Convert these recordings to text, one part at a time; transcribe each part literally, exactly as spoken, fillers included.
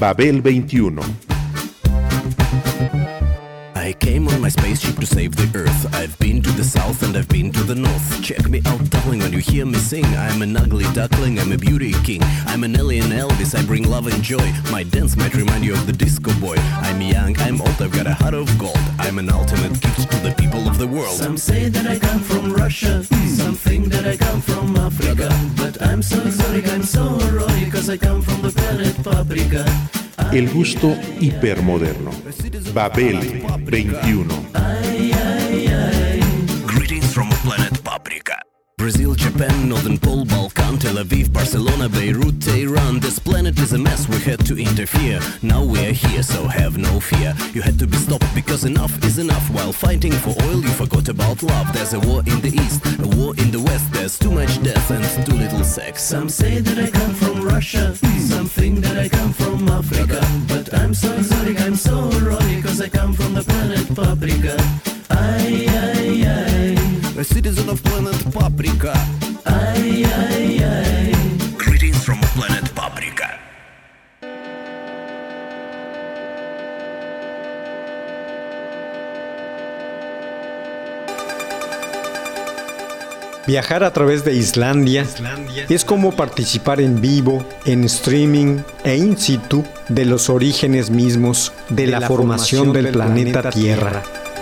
Babel veintiuno. I came on my spaceship to save the earth. I've been to the south and I've been to the north. Check me out, darling, when you hear me sing. I'm an ugly duckling, I'm a beauty king. I'm an alien Elvis, I bring love and joy. My dance might remind you of the disco boy. I'm young, I'm old, I've got a heart of gold. I'm an ultimate gift to the people of the world. Some say that I come from Russia, some think that I come from Africa. But I'm so exotic, I'm so erotic, cause I come from the planet Paprika. El gusto hipermoderno. Babel veintiuno. Greetings from planet Paprika. Brazil, Japan, Northern Pole, Balkan, Tel Aviv, Barcelona, Beirut, Tehran. This planet is a mess, we had to interfere. Now we are here, so have no fear. You had to be stopped because enough is enough. While fighting for oil, you forgot about love. There's a war in the east, a war in the west. There's too much death and too little sex. Some say that I come from Russia, some think that I come from Africa. But I'm so exotic, I'm so erotic, cause I come from the planet Paprika. Ay, ay, ay. A citizen of planet Paprika. Ay, ay, ay. Greetings from planet Paprika. Viajar a través de Islandia es como participar en vivo, en streaming e in situ de los orígenes mismos de la formación del planeta Tierra.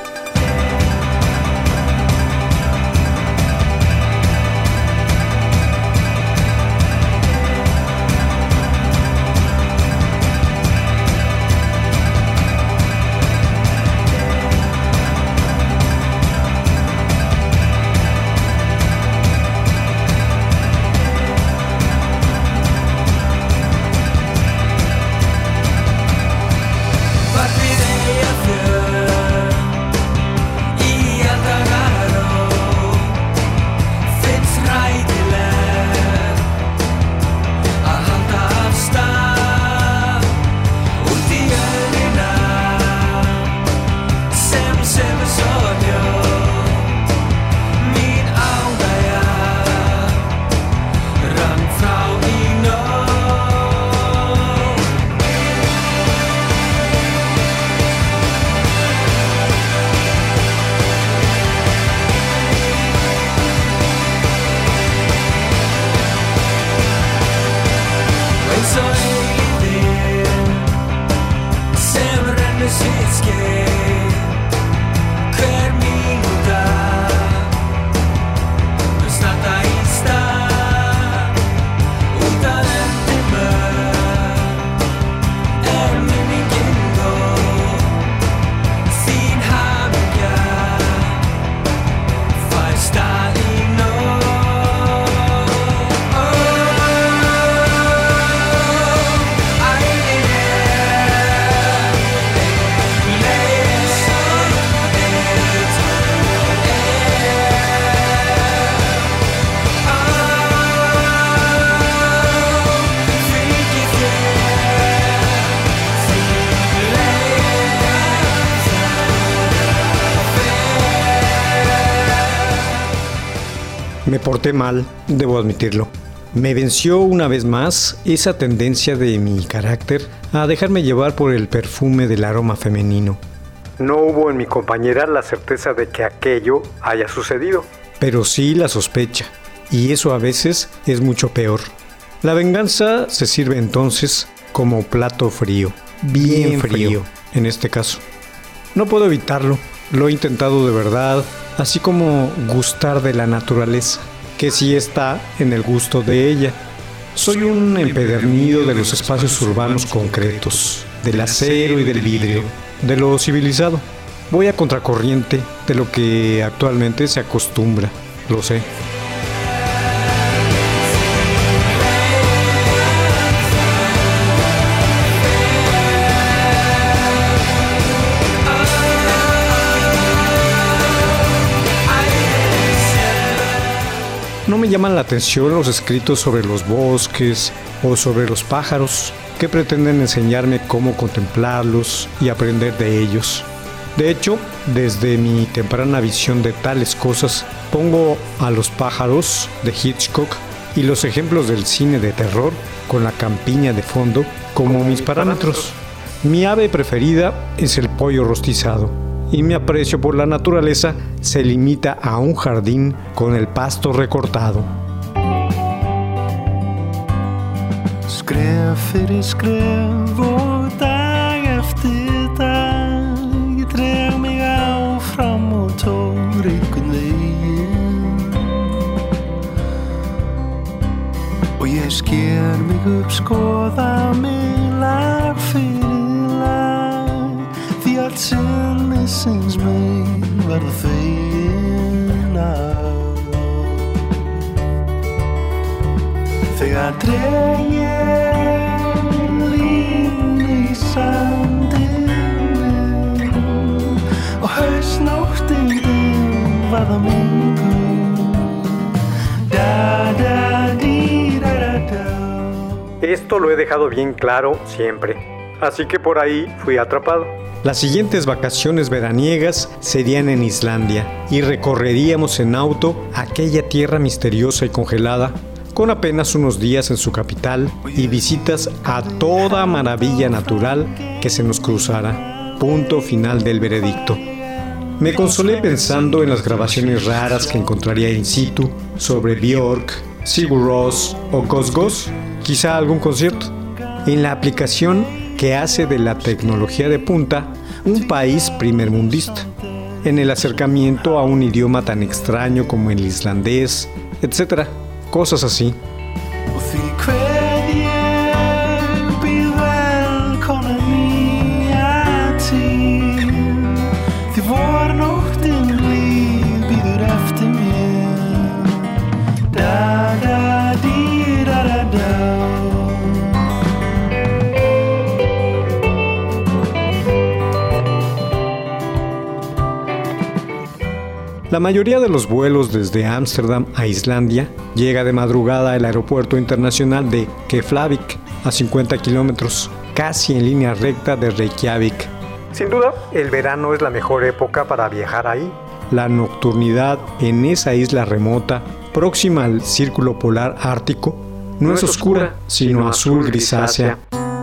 Me porté mal, debo admitirlo. Me venció una vez más esa tendencia de mi carácter a dejarme llevar por el perfume del aroma femenino. No hubo en mi compañera la certeza de que aquello haya sucedido, pero sí la sospecha, y eso a veces es mucho peor. La venganza se sirve entonces como plato frío, bien, bien frío, frío en este caso. No puedo evitarlo, lo he intentado de verdad, así como gustar de la naturaleza, que sí está en el gusto de ella. Soy un empedernido de los espacios urbanos concretos, del acero y del vidrio, de lo civilizado. Voy a contracorriente de lo que actualmente se acostumbra, lo sé. No me llaman la atención los escritos sobre los bosques o sobre los pájaros que pretenden enseñarme cómo contemplarlos y aprender de ellos. De hecho, desde mi temprana visión de tales cosas, pongo a los pájaros de Hitchcock y los ejemplos del cine de terror con la campiña de fondo como mis parámetros. Mi ave preferida es el pollo rostizado y mi aprecio por la naturaleza se limita a un jardín con el pasto recortado. Skref fyrir skref og dag eftir dag ég dreg mig áfram og tór einhvern veginn og ég sker mig upp, skoða mig lag fyrir lag því allt sinnisins megin verða fegin af þegar dreg ég línu í sandinu og haustnóttin verða mengun da da di da da da. Esto lo he dejado bien claro siempre, así que por ahí fui atrapado. Las siguientes vacaciones veraniegas serían en Islandia y recorreríamos en auto aquella tierra misteriosa y congelada, con apenas unos días en su capital y visitas a toda maravilla natural que se nos cruzara. Punto final del veredicto. Me consolé pensando en las grabaciones raras que encontraría in situ sobre Björk, Sigur Rós o Gos Gos, quizá algún concierto. En la aplicación que hace de la tecnología de punta un país primermundista, en el acercamiento a un idioma tan extraño como el islandés, etcétera. Cosas así. La mayoría de los vuelos desde Ámsterdam a Islandia llega de madrugada al aeropuerto internacional de Keflavik, a cincuenta kilómetros, casi en línea recta de Reykjavik. Sin duda, el verano es la mejor época para viajar ahí. La nocturnidad en esa isla remota, próxima al círculo polar ártico, no, no es oscura, sino azul grisácea.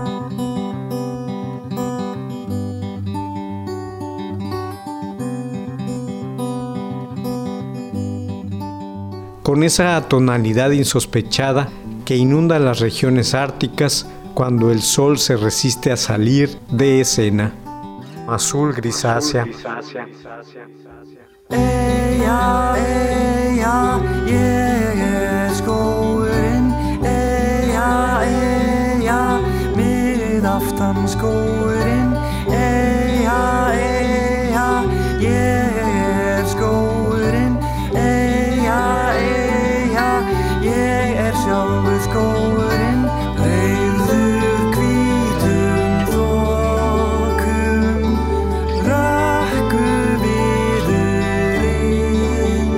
Con esa tonalidad insospechada que inunda las regiones árticas cuando el sol se resiste a salir de escena. Azul grisácea. Eyja, eyja, ég er skógurinn. Eyja, eyja, miðaftan skógurinn. Eyja, eyja, ég er skógurinn. Eyja, eyja, ég er sjálfur skógurinn. Breiður hvítum þokum, rökkuviðurinn.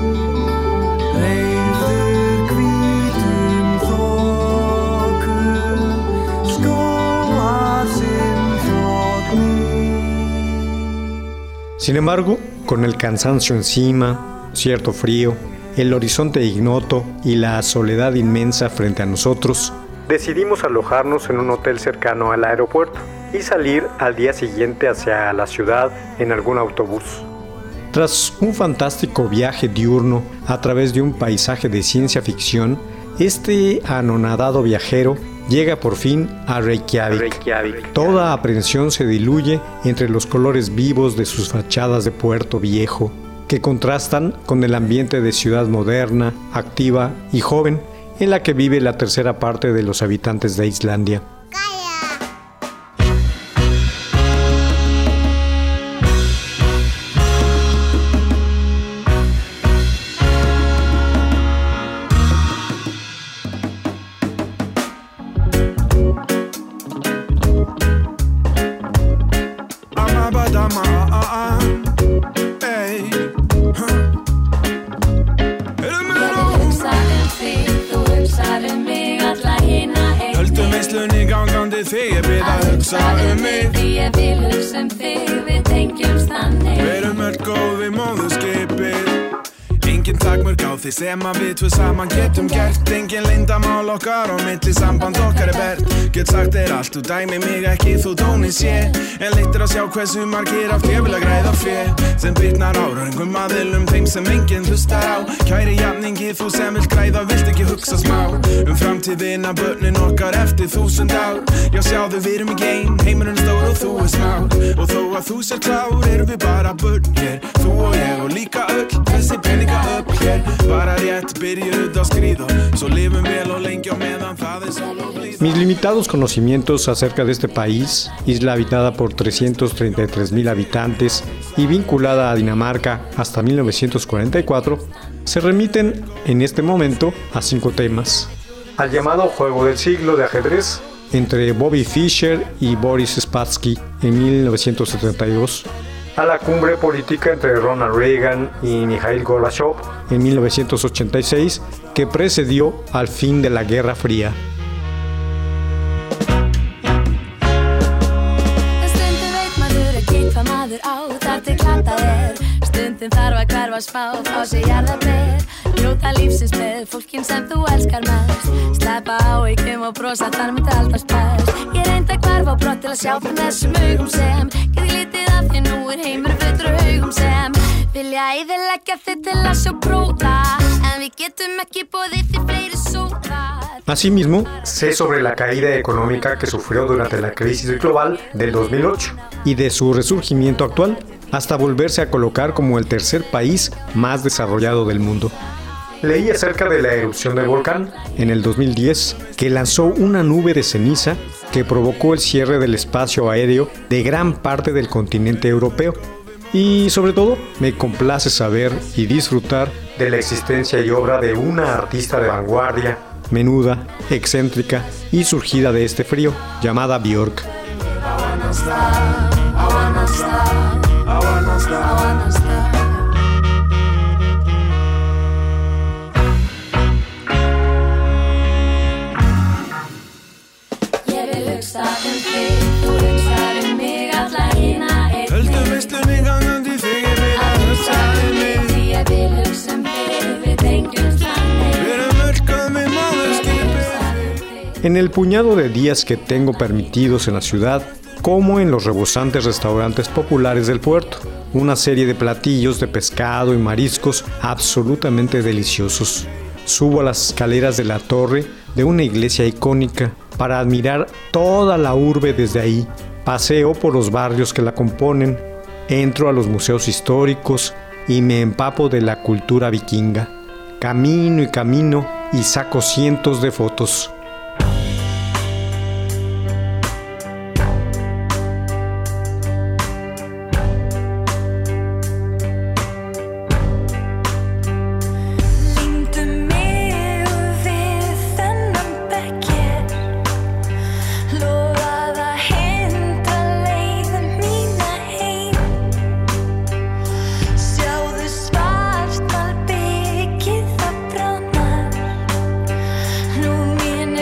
Breiður hvítum þokum, skógar sinn flotni. Sin embargo, con el cansancio encima, cierto frío, el horizonte ignoto y la soledad inmensa frente a nosotros, decidimos alojarnos en un hotel cercano al aeropuerto y salir al día siguiente hacia la ciudad en algún autobús. Tras un fantástico viaje diurno a través de un paisaje de ciencia ficción, este anonadado viajero llega por fin a Reykjavik. Reykjavik. Toda aprensión se diluye entre los colores vivos de sus fachadas de puerto viejo, que contrastan con el ambiente de ciudad moderna, activa y joven en la que vive la tercera parte de los habitantes de Islandia. engin takmörk á því sem að við tvö saman getum gert. Engin leyndarmál okkar og milli samband okkar er bert. Get sagt þér allt, þú dæmi mig ekki, þú tónið sé. En leitt er að sjá hversu margir af þér vilja græða fé sem bitnar á röngum aðilum, þeim sem enginn hlustar á. Kæri jafningi, þú sem vilt græða, vilt ekki hugsa smá um framtíðina, börnin okkar eftir þúsund ár. Já, sjáðu, við erum ekki ein, heimurinn stór og þú er smár. Og þó að þú sér klár, erum við bara börn hér. Þú og ég og líka öll, þessi peninga upp hér. Bara rétt byrjuð að skríða, svo lifum vel og lengi á meðan það er sól og blíða. Mis limitados conocimientos acerca de este país, isla habitada por trescientos treinta y tres mil habitantes y vinculada a Dinamarca hasta mil novecientos cuarenta y cuatro, se remiten en este momento a cinco temas. Al llamado Juego del Siglo de ajedrez entre Bobby Fischer y Boris Spassky en mil novecientos setenta y dos, a la cumbre política entre Ronald Reagan y Mikhail Gorbachev en mil novecientos ochenta y seis, que precedió al fin de la Guerra Fría. Stundum þarf að hverfa smá, fá sig jarðarber. Njóta lífsins með fólkin sem þú elskar mest. Sleppa áhyggjum og brosa, þar myndi alltaf spæst. Ég reyndi að hverfa á brott til að sjá fyrir þessum augum sem get ég lítið af því nú er heimur fullur af augum sem vilja eyðileggja þig til að sjá bróða. En við getum ekki boðið því fleiri sóða. Asimismo, sé sobre la caída económica que sufrió durante la crisis global del dos mil ocho y de su resurgimiento actual, hasta volverse a colocar como el tercer país más desarrollado del mundo. Leí acerca de la erupción del volcán en el dos mil diez, que lanzó una nube de ceniza que provocó el cierre del espacio aéreo de gran parte del continente europeo. Y sobre todo, me complace saber y disfrutar de la existencia y obra de una artista de vanguardia, menuda, excéntrica y surgida de este frío, llamada Björk. I wanna stop, I wanna stop. Ég vil hugsa um þig, þú hugsar um mig alla hina einn. Höldum veistlunni gangandi þig, ég vil að hugsa um mig. Því ég vil hugsa um þig, við tengjumst þannig. Við erum mörkað með móðurskipið. En el puñado de días que tengo permitidos en la ciudad, como en los rebosantes restaurantes populares del puerto, una serie de platillos de pescado y mariscos absolutamente deliciosos. Subo a las escaleras de la torre de una iglesia icónica para admirar toda la urbe desde ahí. Paseo por los barrios que la componen, entro a los museos históricos y me empapo de la cultura vikinga. Camino y camino y saco cientos de fotos. Nú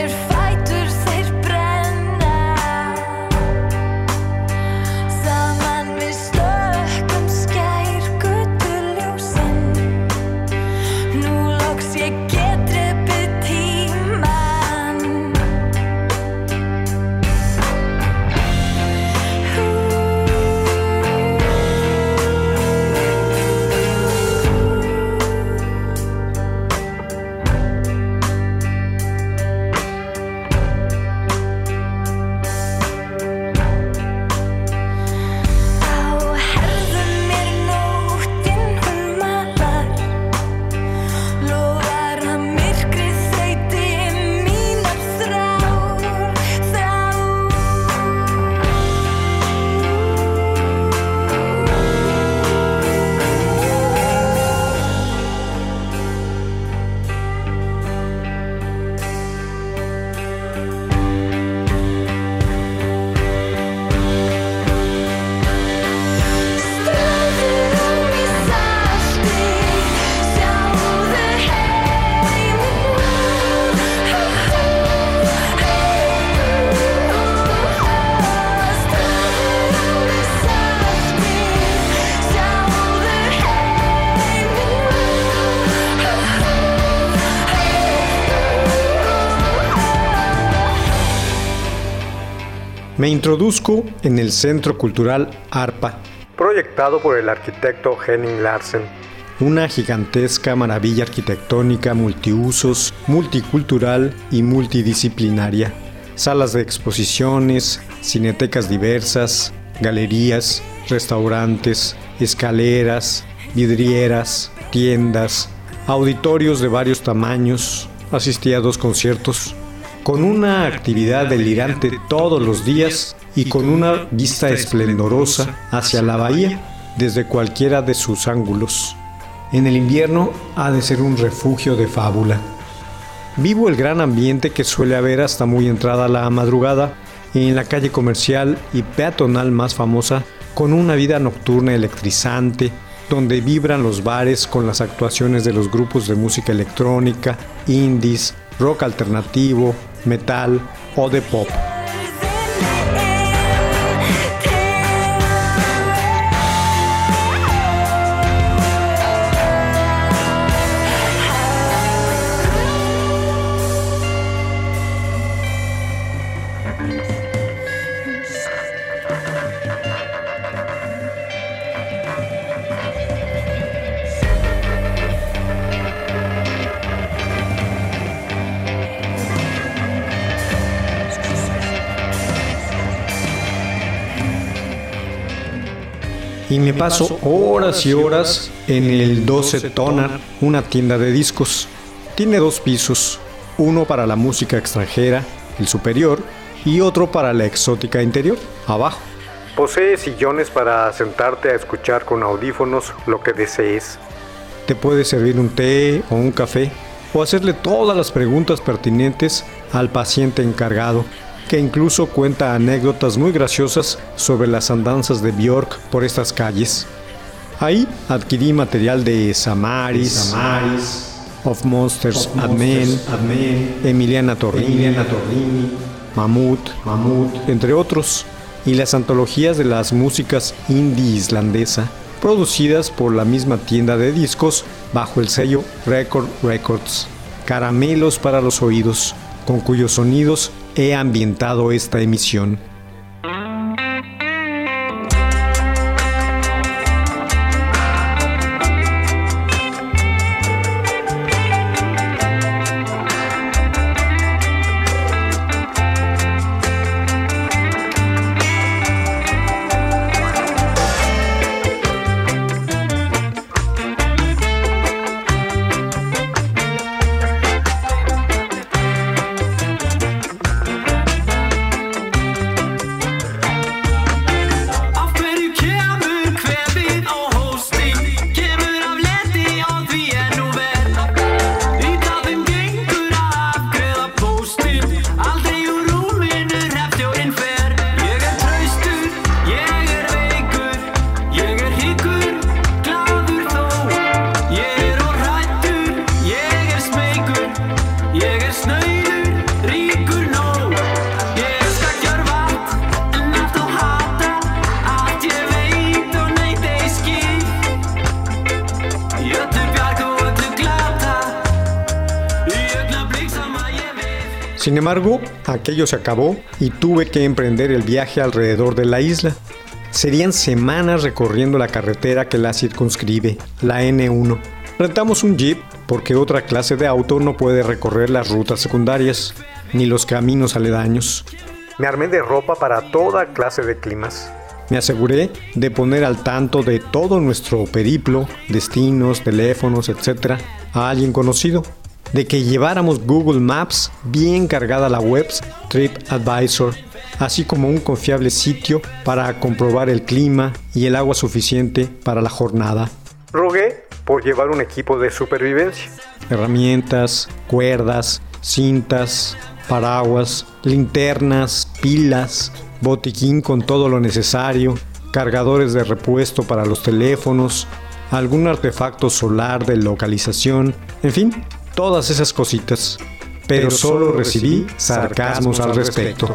Me introduzco en el Centro Cultural ARPA, proyectado por el arquitecto Henning Larsen. Una gigantesca maravilla arquitectónica multiusos, multicultural y multidisciplinaria. Salas de exposiciones, cinetecas diversas, galerías, restaurantes, escaleras, vidrieras, tiendas, auditorios de varios tamaños. Asistí a dos conciertos, con una actividad delirante todos los días y con una vista esplendorosa hacia la bahía desde cualquiera de sus ángulos. En el invierno ha de ser un refugio de fábula. Vivo el gran ambiente que suele haber hasta muy entrada la madrugada en la calle comercial y peatonal más famosa, con una vida nocturna electrizante, donde vibran los bares con las actuaciones de los grupos de música electrónica, indies, rock alternativo, metal o de pop. Y me paso horas y horas en el doce Tonar, una tienda de discos. Tiene dos pisos, uno para la música extranjera, el superior, y otro para la exótica interior, abajo. Posee sillones para sentarte a escuchar con audífonos lo que desees. Te puedes servir un té o un café, o hacerle todas las preguntas pertinentes al paciente encargado, que incluso cuenta anécdotas muy graciosas sobre las andanzas de Björk por estas calles. Ahí adquirí material de Samaris, Samaris Of Monsters, of and Men, Men, Emiliana Torrini, Emiliana Torrini, Mammoth, Mammoth, entre otros, y las antologías de las músicas indie islandesa, producidas por la misma tienda de discos bajo el sello Record Records. Caramelos para los oídos, con cuyos sonidos he ambientado esta emisión. Sin embargo, aquello se acabó y tuve que emprender el viaje alrededor de la isla. Serían semanas recorriendo la carretera que la circunscribe, la ene uno. Rentamos un jeep porque otra clase de auto no puede recorrer las rutas secundarias, ni los caminos aledaños. Me armé de ropa para toda clase de climas. Me aseguré de poner al tanto de todo nuestro periplo, destinos, teléfonos, etcétera, a alguien conocido. De que lleváramos Google Maps bien cargada la web TripAdvisor, así como un confiable sitio para comprobar el clima y el agua suficiente para la jornada. Rogué por llevar un equipo de supervivencia. Herramientas, cuerdas, cintas, paraguas, linternas, pilas, botiquín con todo lo necesario, cargadores de repuesto para los teléfonos, algún artefacto solar de localización, en fin, todas esas cositas. Pero, Pero solo recibí sarcasmos al respecto.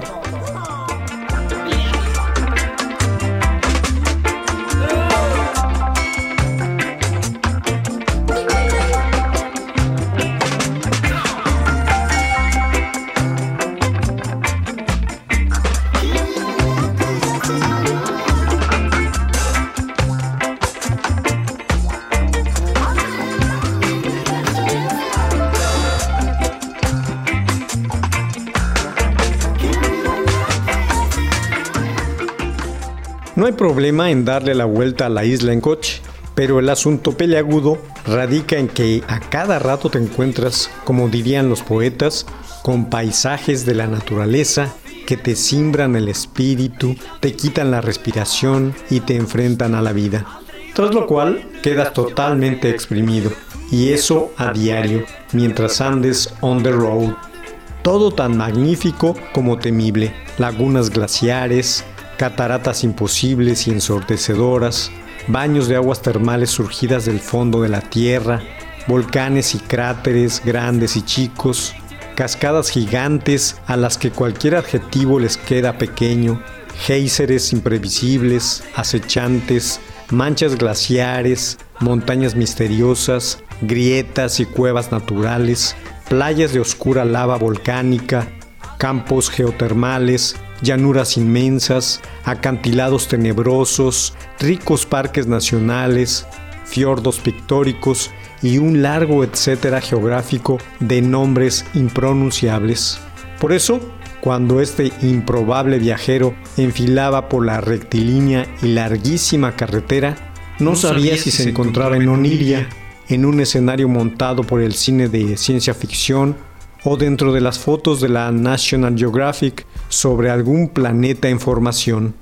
No hay problema en darle la vuelta a la isla en coche, pero el asunto peliagudo radica en que a cada rato te encuentras, como dirían los poetas, con paisajes de la naturaleza que te simbran el espíritu, te quitan la respiración y te enfrentan a la vida. Tras lo cual quedas totalmente exprimido, y eso a diario, mientras andes on the road. Todo tan magnífico como temible, lagunas glaciares, cataratas imposibles y ensordecedoras, baños de aguas termales surgidas del fondo de la tierra, volcanes y cráteres grandes y chicos, cascadas gigantes a las que cualquier adjetivo les queda pequeño, géiseres imprevisibles, acechantes, manchas glaciares, montañas misteriosas, grietas y cuevas naturales, playas de oscura lava volcánica, campos geotermales, llanuras inmensas, acantilados tenebrosos, ricos parques nacionales, fiordos pictóricos y un largo etcétera geográfico de nombres impronunciables. Por eso, cuando este improbable viajero enfilaba por la rectilínea y larguísima carretera, no, no sabía, sabía si se, se encontraba en Oniria, en un escenario montado por el cine de ciencia ficción o dentro de las fotos de la National Geographic sobre algún planeta en formación.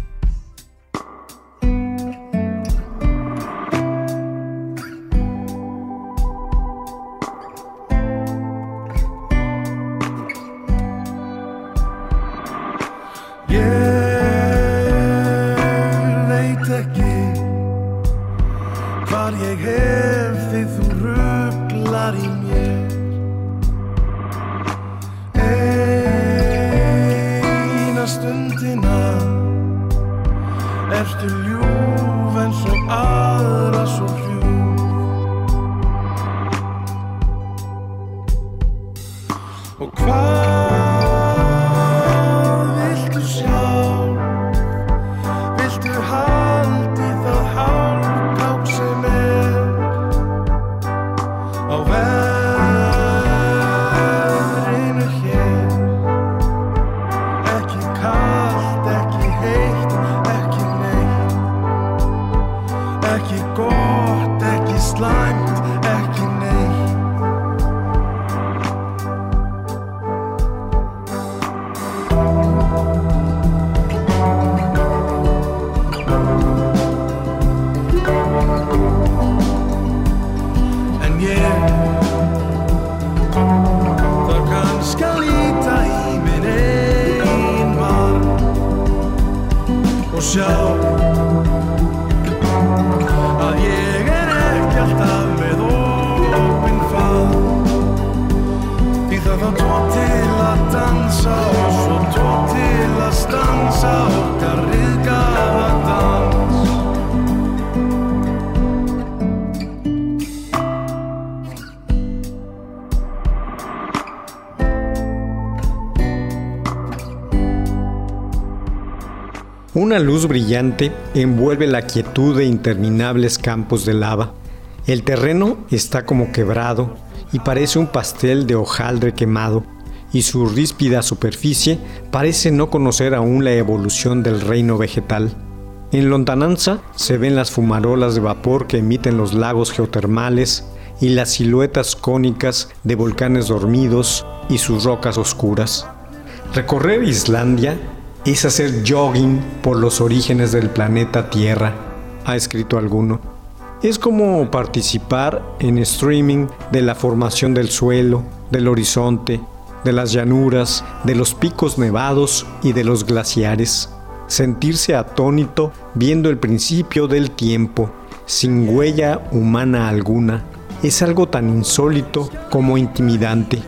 Una luz brillante envuelve la quietud de interminables campos de lava. El terreno está como quebrado y parece un pastel de hojaldre quemado, y su ríspida superficie parece no conocer aún la evolución del reino vegetal. En lontananza se ven las fumarolas de vapor que emiten los lagos geotermales y las siluetas cónicas de volcanes dormidos y sus rocas oscuras. Recorrer Islandia es hacer jogging por los orígenes del planeta Tierra, ha escrito alguno. Es como participar en streaming de la formación del suelo, del horizonte, de las llanuras, de los picos nevados y de los glaciares. Sentirse atónito viendo el principio del tiempo, sin huella humana alguna, es algo tan insólito como intimidante.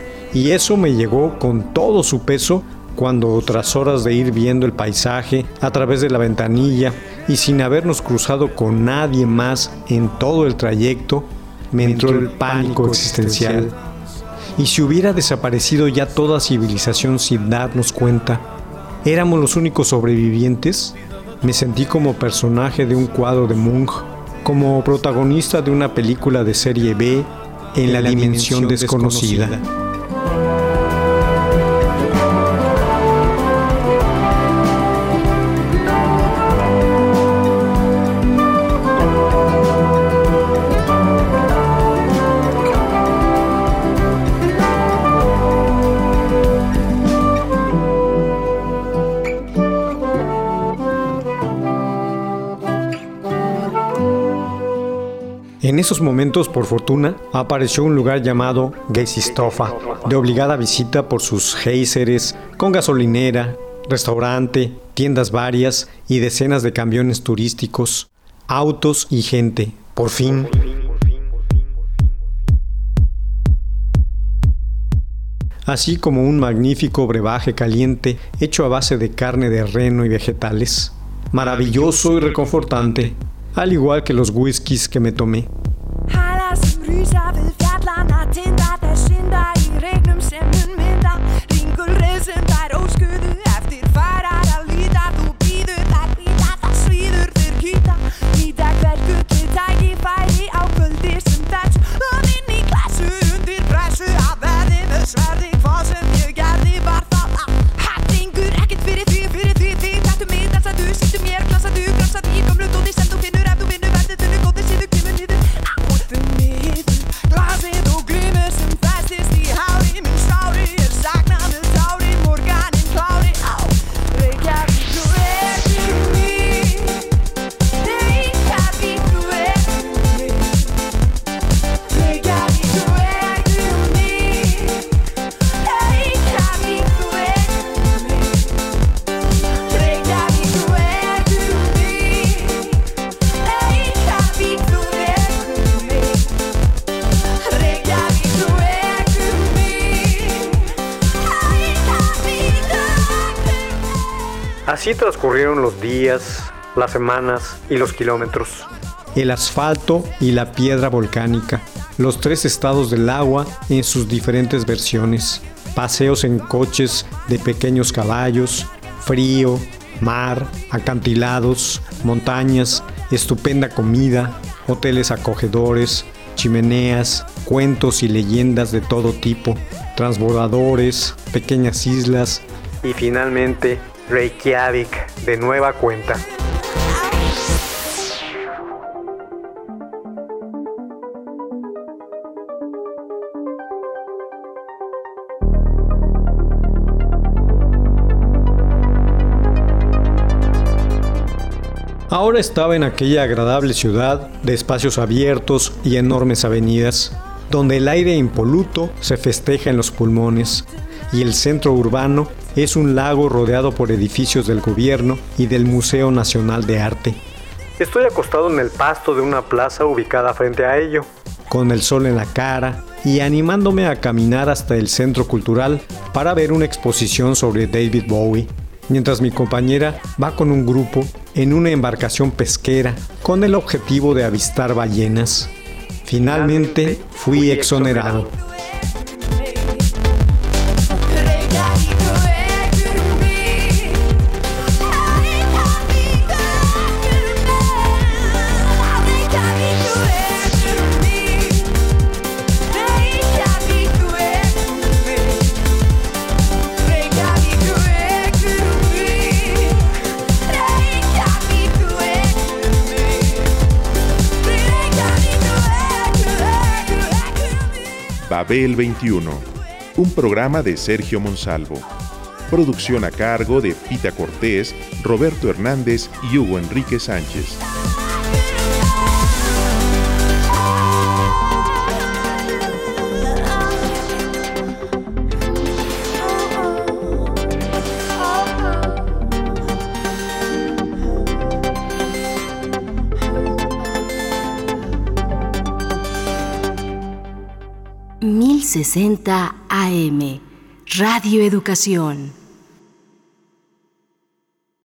Y eso me llegó con todo su peso cuando, tras horas de ir viendo el paisaje a través de la ventanilla y sin habernos cruzado con nadie más en todo el trayecto, me entró el pánico existencial. Y si hubiera desaparecido ya toda civilización sin darnos cuenta, ¿éramos los únicos sobrevivientes? Me sentí como personaje de un cuadro de Munch, como protagonista de una película de serie B en, en la, la dimensión, dimensión desconocida. desconocida. esos momentos, por fortuna, apareció un lugar llamado Geizistofa, de obligada visita por sus géiseres, con gasolinera, restaurante, tiendas varias y decenas de camiones turísticos, autos y gente, por fin. Así como un magnífico brebaje caliente hecho a base de carne de reno y vegetales. Maravilloso y reconfortante, al igual que los whiskies que me tomé. Así transcurrieron los días, las semanas y los kilómetros. El asfalto y la piedra volcánica, los tres estados del agua en sus diferentes versiones, paseos en coches de pequeños caballos, frío, mar, acantilados, montañas, estupenda comida, hoteles acogedores, chimeneas, cuentos y leyendas de todo tipo, transbordadores, pequeñas islas y finalmente Reykjavik de nueva cuenta. Ahora estaba en aquella agradable ciudad de espacios abiertos y enormes avenidas, donde el aire impoluto se festeja en los pulmones y el centro urbano es un lago rodeado por edificios del gobierno y del Museo Nacional de Arte. Estoy acostado en el pasto de una plaza ubicada frente a ello, con el sol en la cara y animándome a caminar hasta el centro cultural para ver una exposición sobre David Bowie, mientras mi compañera va con un grupo en una embarcación pesquera con el objetivo de avistar ballenas. Finalmente fui exonerado. Babel veintiuno, un programa de Sergio Monsalvo. Producción a cargo de Pita Cortés, Roberto Hernández y Hugo Enrique Sánchez. mil sesenta A M, Radio Educación.